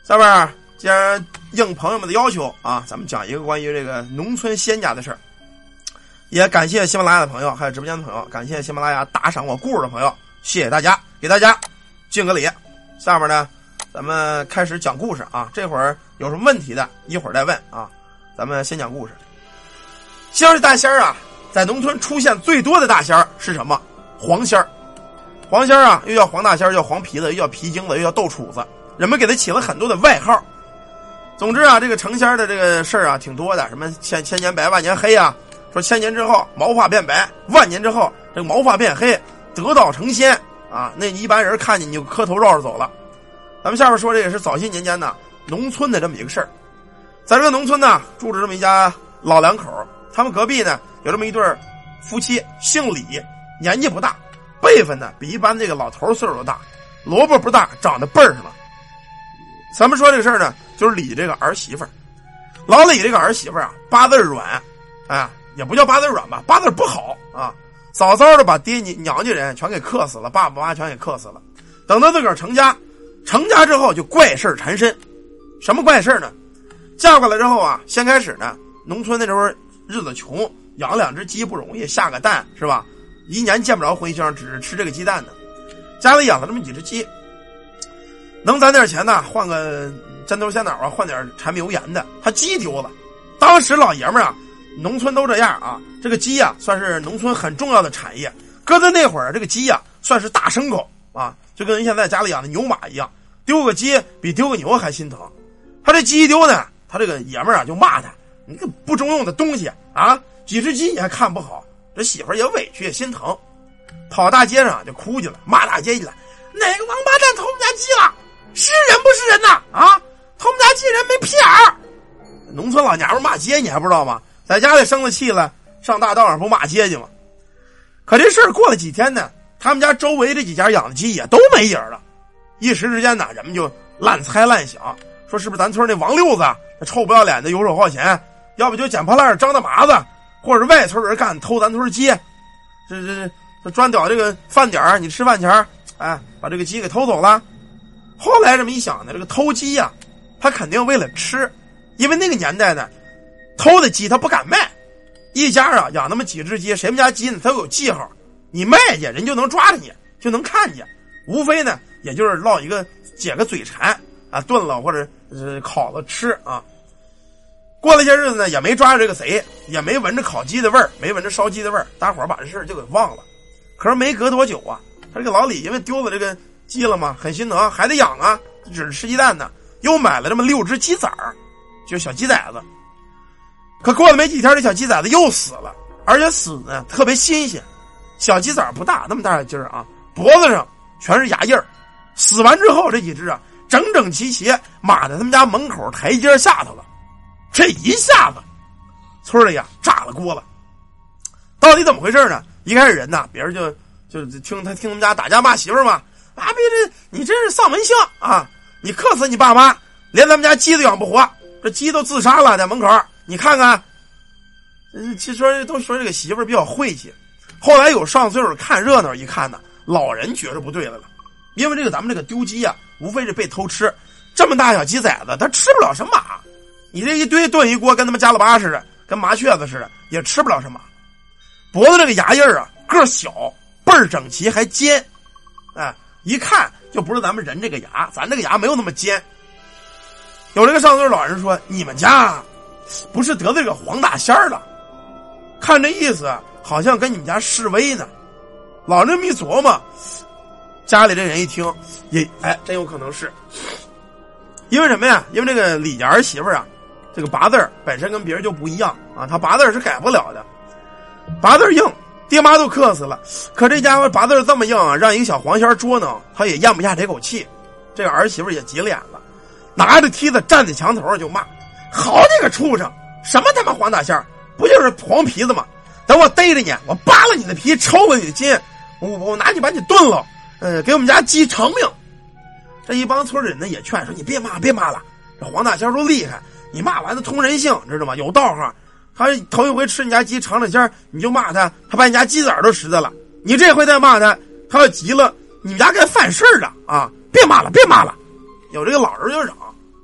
下边既然应朋友们的要求啊，咱们讲一个关于这个农村仙家的事儿。也感谢喜马拉雅的朋友，还有直播间的朋友，感谢喜马拉雅打赏我故事的朋友，谢谢大家，给大家敬个礼。下面呢，咱们开始讲故事啊。这会儿有什么问题的，一会儿再问啊。咱们先讲故事。仙儿大仙儿啊，在农村出现最多的大仙儿是什么？黄仙儿。黄仙儿啊，又叫黄大仙儿，叫黄皮子，又叫皮筋子，又叫豆杵子，人们给他起了很多的外号。总之啊，这个成仙的这个事儿啊，挺多的，什么千年白，万年黑啊。说1000年之后毛发变白，万年之后这个毛发变黑，得道成仙啊！那一般人看见你就磕头绕着走了。咱们下面说这个是早些年间呢农村的这么一个事儿。在这个农村呢住着这么一家老两口，他们隔壁呢有这么一对夫妻，姓李，年纪不大，辈分呢比一般这个老头岁数都大，萝卜不大长得辈儿上了。咱们说这个事儿呢，就是李这个儿媳妇儿，老李这个儿媳妇儿啊，八字软，哎。也不叫八字软吧，八字不好啊，早早的把爹娘家人全给克死了，爸爸妈妈全给克死了。等到自个儿成家之后就怪事缠身。什么怪事呢？嫁过来之后啊，先开始呢，农村那时候日子穷，养2只鸡不容易，下个蛋是吧？一年见不着回乡，只是吃这个鸡蛋呢。家里养了这么几只鸡，能攒点钱呢，换个针头鲜脑啊，换点柴米油盐的。他鸡丢了，当时老爷们儿啊。农村都这样啊，这个鸡啊算是农村很重要的产业。搁在那会儿，这个鸡啊算是大牲口啊，就跟现在家里养的牛马一样，丢个鸡比丢个牛还心疼。他这鸡丢呢，他这个爷们儿啊就骂他，你个不中用的东西啊，几只鸡你还看不好。这媳妇儿也委屈也心疼，跑大街上就哭去了，骂大街去了，哪个王八蛋偷我们家鸡了？是人不是人呐？啊，偷我们家鸡人没屁眼。农村老娘们骂街你还不知道吗？在家里生了气了，上大道上不骂街去吗？可这事儿过了几天呢，他们家周围这几家养的鸡也都没影了。一时之间呢，人们就乱猜乱想，说是不是咱村那王六子那臭不要脸的游手好闲，要不就捡破烂张大麻子，或者是外村人干偷咱村鸡，这专屌这个饭点你吃饭前哎，把这个鸡给偷走了。后来这么一想呢，这个偷鸡呀，他肯定为了吃，因为那个年代呢。偷的鸡他不敢卖，一家啊养那么几只鸡，谁们家鸡呢他有记号，你卖去人就能抓着你，就能看见，无非呢也就是落一个解个嘴馋啊，炖了或者烤了吃啊。过了些日子呢，也没抓着这个贼，也没闻着烤鸡的味儿，没闻着烧鸡的味儿，大伙儿把这事儿就给忘了。可是没隔多久啊，他这个老李因为丢了这个鸡了嘛，很心疼，还得养啊，只是吃鸡蛋呢，又买了这么6只鸡崽儿，就小鸡崽子。可过了没几天，这小鸡崽子又死了，而且死呢特别新鲜。小鸡崽不大，那么大劲儿啊，脖子上全是牙印儿。死完之后，这几只啊整整齐齐码在他们家门口台阶下头了。这一下子，村里呀炸了锅了。到底怎么回事呢？一开始人呐，别人就听他们家打架骂媳妇嘛，啊，你真是丧门星啊！你克死你爸妈，连咱们家鸡都养不活，这鸡都自杀了，在门口。你看看，其实都说这个媳妇儿比较晦气。后来有上岁数看热闹一看呢，老人觉着不对了，因为这个咱们这个丢鸡啊，无非是被偷吃，这么大小鸡崽子，他吃不了什么。你这一堆炖一锅，跟他们加了巴似的，跟麻雀子似的，也吃不了什么。脖子这个牙印啊，个小，倍儿整齐，还尖，哎，一看就不是咱们人这个牙，咱这个牙没有那么尖。有这个上岁数老人说：“你们家不是得罪这个黄大仙儿了？看这意思，好像跟你们家示威呢。”老人这么一琢磨，家里这人一听，也真有可能是。因为什么呀？因为这个李家儿媳妇啊，这个八字本身跟别人就不一样啊，他八字是改不了的，八字硬，爹妈都克死了。可这家伙八字这么硬啊，让一个小黄仙捉弄，他也咽不下这口气。这个儿媳妇也急了眼了，拿着梯子站在墙头上就骂：“好你个畜生！什么他妈黄大仙儿，不就是黄皮子吗？等我逮着你，我扒了你的皮，抽了你的筋，我拿你把你炖了，给我们家鸡偿命。”这一帮村人呢也劝说：“你别骂了，这黄大仙都厉害，你骂完他通人性，知道吗？有道行。他头一回吃你家鸡尝了鲜，你就骂他，他把你家鸡崽都拾的了。你这回再骂他，他要急了，你们家该犯事儿了啊！别骂了。”有这个老人就嚷，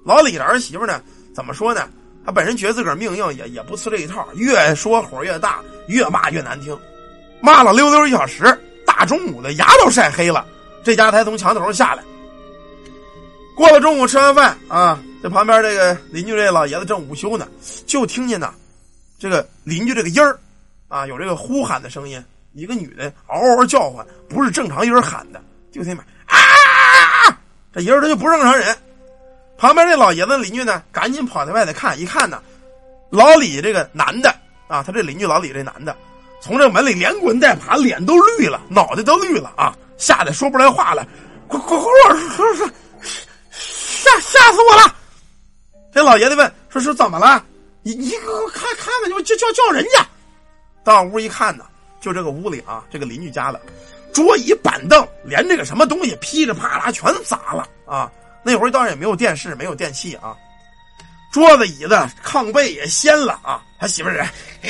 老李的儿媳妇呢，怎么说呢？他本身觉得自个儿命硬，也不吃这一套，越说火越大，越骂越难听，骂了溜溜1小时，大中午的牙都晒黑了，这家才从墙头上下来。过了中午吃完饭啊，这旁边这个邻居这老爷子正午休呢，就听见呢这个邻居这个音儿啊，有这个呼喊的声音，一个女的嗷嗷叫唤，不是正常音儿喊的，就听见啊，这音儿他就不正常人。旁边这老爷子邻居呢，赶紧跑在外头看，一看呢，老李这个男的啊，他这邻居老李这男的，从这门里连滚带爬，脸都绿了，脑袋都绿了啊，吓得说不来话了，快，吓死我了！这老爷子问说怎么了？你看看就叫人家。到屋一看呢，就这个屋里啊，这个邻居家了，桌椅板凳连这个什么东西噼里啪啦全砸了啊！那会儿当然也没有电视，没有电器啊，桌子椅子炕被也掀了啊！他媳妇儿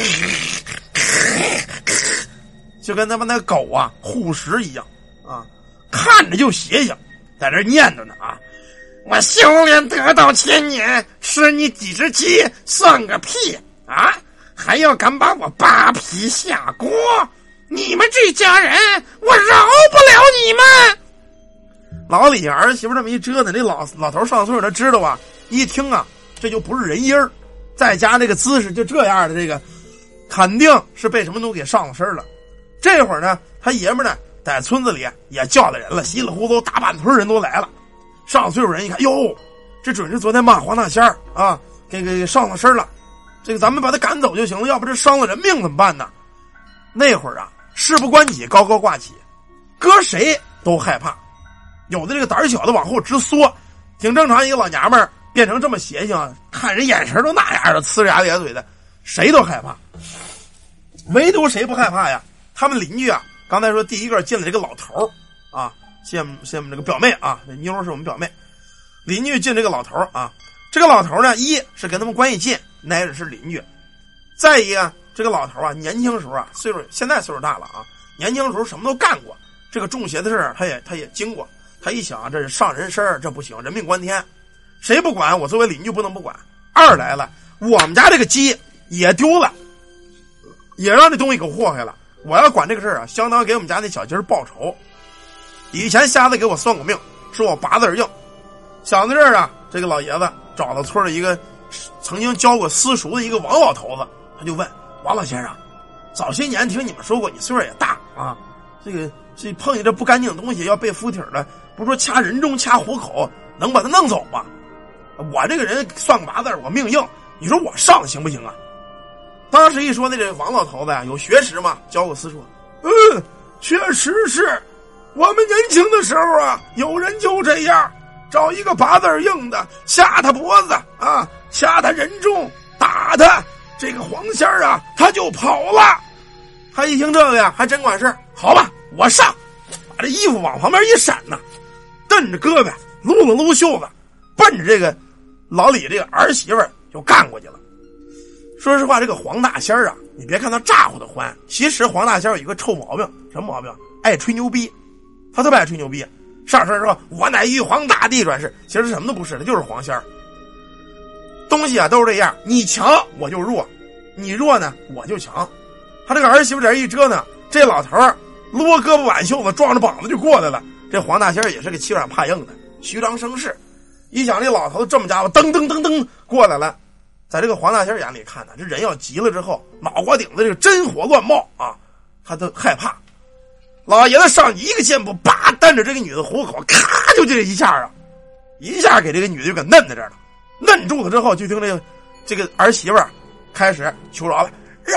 就跟他们那狗啊护食一样啊，看着就邪性，在这念叨呢啊！我修炼得道1000年，吃你几只鸡算个屁啊！还要敢把我扒皮下锅，你们这家人我饶不了你们！老李儿媳妇这么一折腾，这老头上岁数他知道啊，一听啊这就不是人音儿，再加这个姿势就这样的，这个肯定是被什么东西给上了身了。这会儿呢，他爷们呢在村子里也叫来人了，稀里糊涂大半村人都来了。上岁数人一看，哟，这准是昨天骂黄大仙儿啊，给上了身了。这个咱们把他赶走就行了，要不这伤了人命怎么办呢？那会儿啊，事不关己高高挂起，搁谁都害怕。有的这个胆小的往后直缩，挺正常，一个老娘们儿变成这么邪性，看人眼神都那样的，呲着牙咧嘴的，谁都害怕。唯独谁不害怕呀？他们邻居啊，刚才说第一个进了这个老头啊，羡慕这个表妹啊，那妞是我们表妹。邻居进这个老头啊，这个老头呢，一是跟他们关系近，乃至是邻居；再一个，这个老头啊，年轻时候啊，现在岁数大了啊，年轻时候什么都干过，这个中邪的事他也经过。他一想，这是上人身，这不行，人命关天，谁不管？我作为邻居不能不管。二来了，我们家这个鸡也丢了，也让这东西给祸害了。我要管这个事啊，相当给我们家那小鸡报仇。以前瞎子给我算过命，说我八字硬。想到这儿啊，这个老爷子找到村里一个曾经教过私塾的一个王老头子，他就问王老先生，早些年听你们说过，你岁数也大啊，这碰见这不干净的东西要被附体了，不是说掐人中掐虎口能把他弄走吗？我这个人算个八字，我命硬，你说我上行不行啊？当时一说那这王老头子呀，有学识嘛，教过私塾。确实是，我们年轻的时候啊，有人就这样，找一个八字硬的，掐他脖子啊，掐他人中，打他，这个黄仙儿啊，他就跑了。他一听这个呀，还真管事，好吧，我上，把这衣服往旁边一闪呐，蹬着胳膊，撸了撸袖子，奔着这个老李这个儿媳妇就干过去了。说实话，这个黄大仙啊，你别看他咋呼的欢，其实黄大仙有一个臭毛病，什么毛病？爱吹牛逼。他特别爱吹牛逼，上身说我乃玉皇大帝转世，其实什么都不是，他就是黄仙儿。东西啊都是这样，你强我就弱，你弱呢我就强。他这个儿媳妇这一折腾，这老头撸胳膊挽袖子，撞着膀子就过来了。这黄大仙也是个欺软怕硬的，虚张声势。一想这老头子这么家伙，噔噔噔噔过来了，在这个黄大仙眼里看呢，这人要急了之后，脑瓜顶子这个真火乱冒啊，他都害怕。老爷子上一个箭步，叭蹬着这个女的虎口，咔就这一下啊，一下给这个女的就给嫩在这儿了。嫩住了之后，就听这个儿媳妇开始求饶了，饶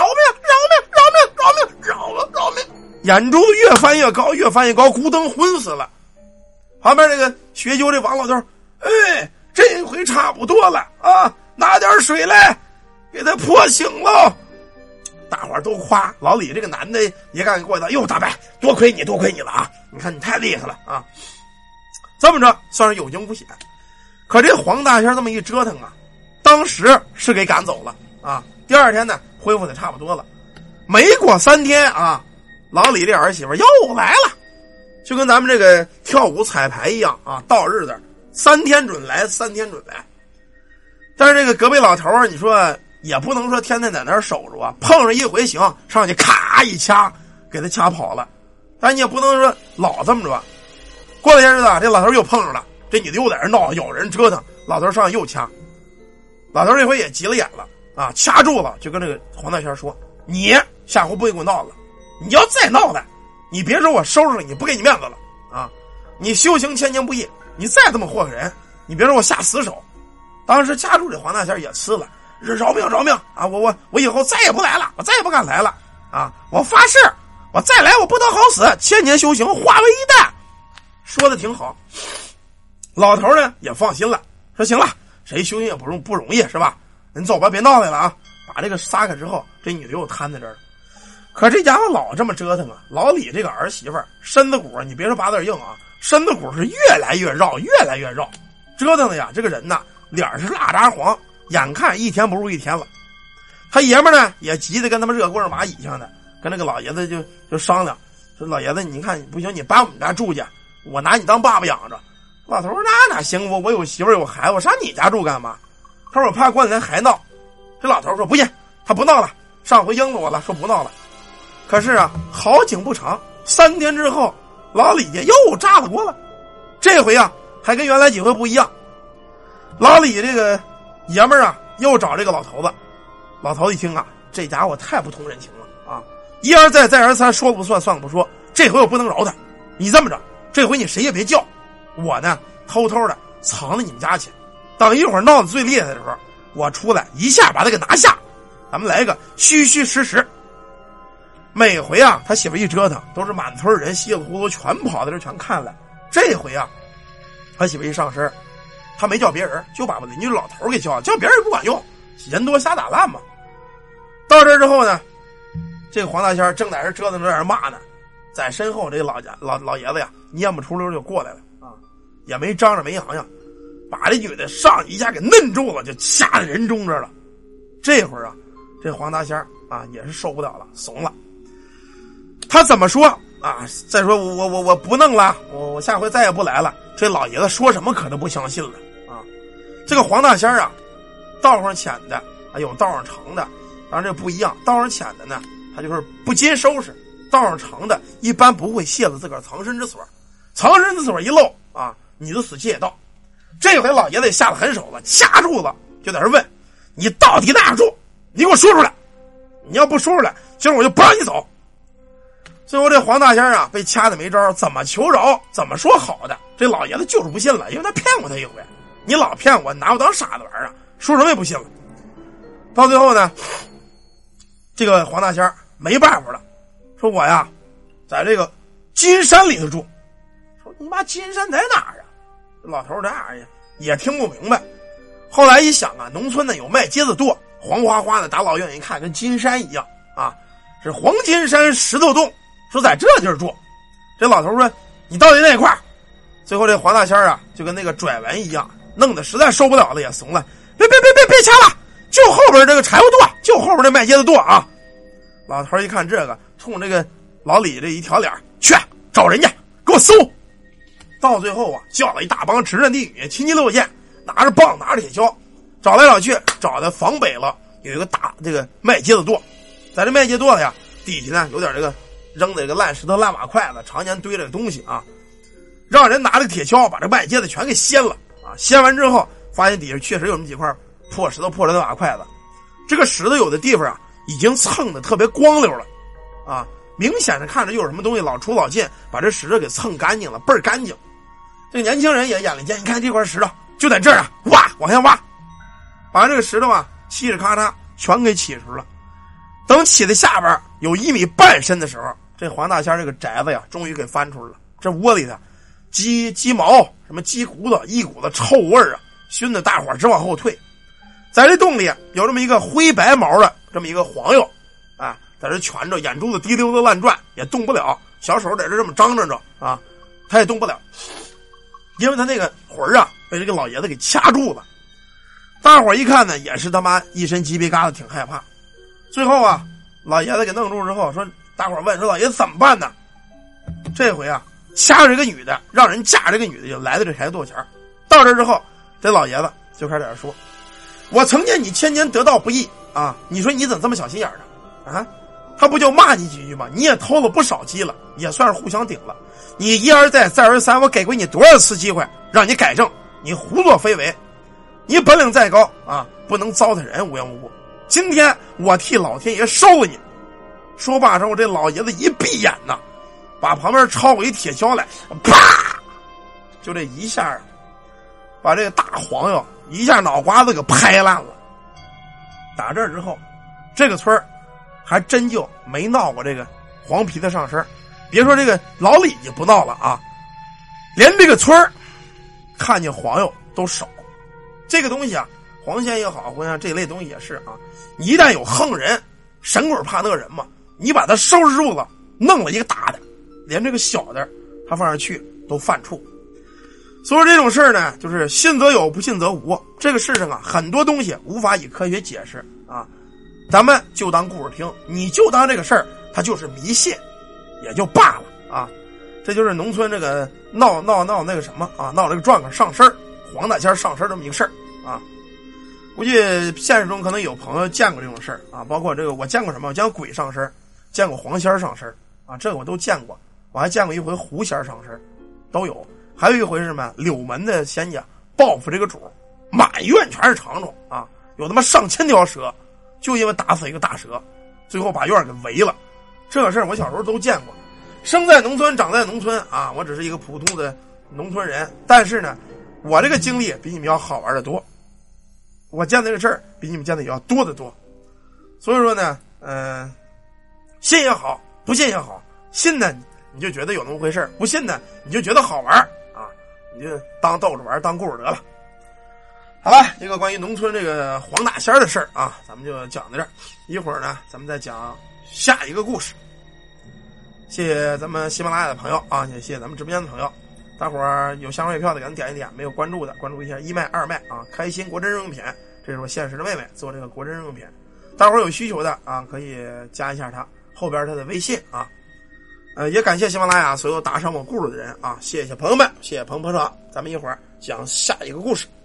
命，眼珠子越翻越高，越翻越高，咕噔昏死了。旁边这个学究这王老头，这回差不多了啊，拿点水来给他泼醒喽。大伙儿都夸老李这个男的也敢过来，哟，大伯多亏你了啊，你看你太厉害了啊。这么着算是有惊无险。可这黄大仙这么一折腾啊，当时是给赶走了啊，第二天呢恢复的差不多了。没过3天啊，老李这儿媳妇又来了，就跟咱们这个跳舞彩排一样啊，到日子3天准来，3天准来。 但是这个隔壁老头儿，你说也不能说天天在那儿守着啊，碰上一回行，上去咔一掐，给他掐跑了。但你也不能说老这么着。过了些日子，这老头又碰上了，这女的又在这闹，咬人折腾，老头上去又掐。老头这回也急了眼了啊，掐住了，就跟这个黄大仙说：“你下回不会给我闹了，你要再闹了，你别说我收拾了你，不给你面子了啊！你修行千年不易，你再这么祸害人，你别说我下死手。”当时掐住这黄大仙也吃了，饶命饶命啊！我以后再也不来了，我再也不敢来了啊！我发誓，我再来我不得好死，千年修行化为一旦。说的挺好，老头呢也放心了，说行了，谁修行也不容易是吧？你走吧，别闹来了啊！把这个撒开之后，这女的又瘫在这儿了。可这家伙老这么折腾啊，老李这个儿媳妇身子骨，你别说八字硬啊，身子骨是越来越绕，越来越绕，折腾的呀，这个人呐脸是蜡渣黄，眼看一天不如一天了。他爷们呢也急得跟他们热锅上蚂蚁像的，跟那个老爷子就商量，说老爷子你看不行，你搬我们家住去，我拿你当爸爸养着。老头说那哪行，我有媳妇有孩子，我上你家住干嘛？他说我怕过两天还闹。这老头说不行，他不闹了，上回应了我了，说不闹了。可是啊，好景不长，3天之后，老李家又炸了锅了。这回啊，还跟原来几回不一样。老李这个爷们儿啊，又找这个老头子。老头子一听啊，这家伙太不通人情了啊！一而再，再而三，说了不算，算了不说。这回我不能饶他。你这么着，这回你谁也别叫，我呢偷偷的藏到你们家去。等一会儿闹得最厉害的时候，我出来一下把他给拿下。咱们来个虚虚实实。每回啊，他媳妇一折腾，都是满村人稀里糊涂全跑到这全看了。这回啊，他媳妇一上身，他没叫别人，就把邻居老头给叫了，叫别人也不管用，人多瞎打烂嘛。到这之后呢，这个黄大仙正在这折腾着，在这骂呢，在身后这个老爷子呀，蔫不出溜就过来了啊，也没张着没扬扬，把这女的上一下给摁住了，就掐在人中这了。这会儿啊，这黄大仙啊也是受不了了，怂了。他怎么说啊？再说我不弄了，我下回再也不来了。这老爷子说什么可都不相信了啊！这个黄大仙啊，道上浅的还有道上长的，当然这不一样。道上浅的呢，他就是不经收拾；道上长的，一般不会泄了自个儿藏身之所。藏身之所一漏啊，你的死期也到。这回老爷子也下了狠手了，掐住了，就在这问：你到底哪样住？你给我说出来！你要不说出来，今儿我就不让你走。最后这黄大仙啊被掐的没招，怎么求饶怎么说好的，这老爷子就是不信了，因为他骗过他一回，你老骗我，拿我当傻子玩啊，说什么也不信了。到最后呢，这个黄大仙没办法了，说我呀在这个金山里头住。说你妈金山在哪儿啊？老头这样也听不明白。后来一想啊，农村呢有卖秸子垛，黄花花的，打老远一看跟金山一样啊，是黄金山石头洞。说在这地儿住。这老头说你到底哪块？最后这黄大仙啊就跟那个拽完一样，弄得实在受不了了，也怂了，别掐了，就后边这个柴火垛，就后边这卖秸子垛啊。老头一看这个，冲这个老李这一条脸，去找人家给我搜。到最后啊，叫了一大帮直男地女，亲戚六剑，拿着棒拿着铁锹，找来找去，找到房北了，有一个大这个卖秸子垛。在这卖秸垛呀底下呢有点这个扔的这个烂石头烂瓦块子，常年堆着东西啊，让人拿着铁锹把这卖秸子全给掀了啊！掀完之后发现底下确实有这么几块破石头破的瓦块子，这个石头有的地方啊已经蹭的特别光溜了啊，明显的看着又有什么东西老出老进，把这石头给蹭干净了，倍儿干净。这个年轻人也眼力见，你看这块石头就在这儿啊，挖往下挖，把这个石头啊嘁哩咔嚓全给起实了。等起在下边有1.5米深的时候，这黄大仙这个宅子呀终于给翻出来了。这窝里的鸡毛什么鸡骨头一股子臭味啊，熏得大伙直往后退。在这洞里有这么一个灰白毛的这么一个黄油啊，在这蜷着，眼珠子滴溜的乱转，也动不了，小手在这么张着啊，他也动不了，因为他那个魂啊被这个老爷子给掐住了。大伙一看呢，也是他妈一身鸡皮疙瘩，挺害怕。最后啊，老爷子给弄住之后，说大伙问说老爷子怎么办呢？这回啊，掐着这个女的，让人架这个女的就来到这柴垛前。到这之后，这老爷子就开始在这说： 我曾见你千年得道不易啊，你说你怎么这么小心眼呢？啊，他不就骂你几句吗？你也偷了不少鸡了，也算是互相顶了。你一而再再而三，我给过你多少次机会让你改正，你胡作非为，你本领再高啊，不能糟蹋人无缘无故。今天我替老天爷收了你。说罢之后，这老爷子一闭眼呐，把旁边抄过一铁锹来，啪，就这一下把这个大黄油一下脑瓜子给拍烂了。打这之后，这个村还真就没闹过这个黄皮子上身。别说这个老李就不闹了啊，连这个村看见黄油都少。这个东西啊，黄仙也好，或者这类东西也是啊，你一旦有横人，神鬼怕那个人嘛，你把他收拾住了，弄了一个大的，连这个小的他放上去都犯怵。所以说这种事呢，就是信则有，不信则无。这个世上啊，很多东西无法以科学解释啊，咱们就当故事听，你就当这个事儿它就是迷信也就罢了啊。这就是农村这个闹那个什么啊，闹这个状况上身，黄大仙上身这么一个事儿啊。估计现实中可能有朋友见过这种事儿啊，包括这个我见过什么？我见过鬼上身，见过黄仙上身啊，这个我都见过。我还见过一回狐仙上身，都有。还有一回是什么？柳门的仙家报复这个主，满院全是长虫啊，有他妈上千条蛇，就因为打死一个大蛇，最后把院给围了。这个事儿我小时候都见过。生在农村，长在农村啊，我只是一个普通的农村人，但是呢，我这个经历比你们要好玩的多。我见的这个事儿比你们见的也要多得多。所以说呢，信也好，不信也好，信呢你就觉得有那么回事，不信呢你就觉得好玩啊，你就当逗着玩，当故事得了。好吧，这个关于农村这个黄大仙的事儿啊，咱们就讲到这儿。一会儿呢，咱们再讲下一个故事。谢谢咱们喜马拉雅的朋友啊，也谢谢咱们直播间的朋友。大伙儿有相关月票的，赶紧点一点；没有关注的，关注一下一麦、二麦啊。开心国珍日用品，这是我现实的妹妹做这个国珍日用品。大伙儿有需求的啊，可以加一下她后边她的微信啊。也感谢喜马拉雅所有打赏我故事的人啊，谢谢朋友们，谢谢鹏鹏车。咱们一会儿讲下一个故事。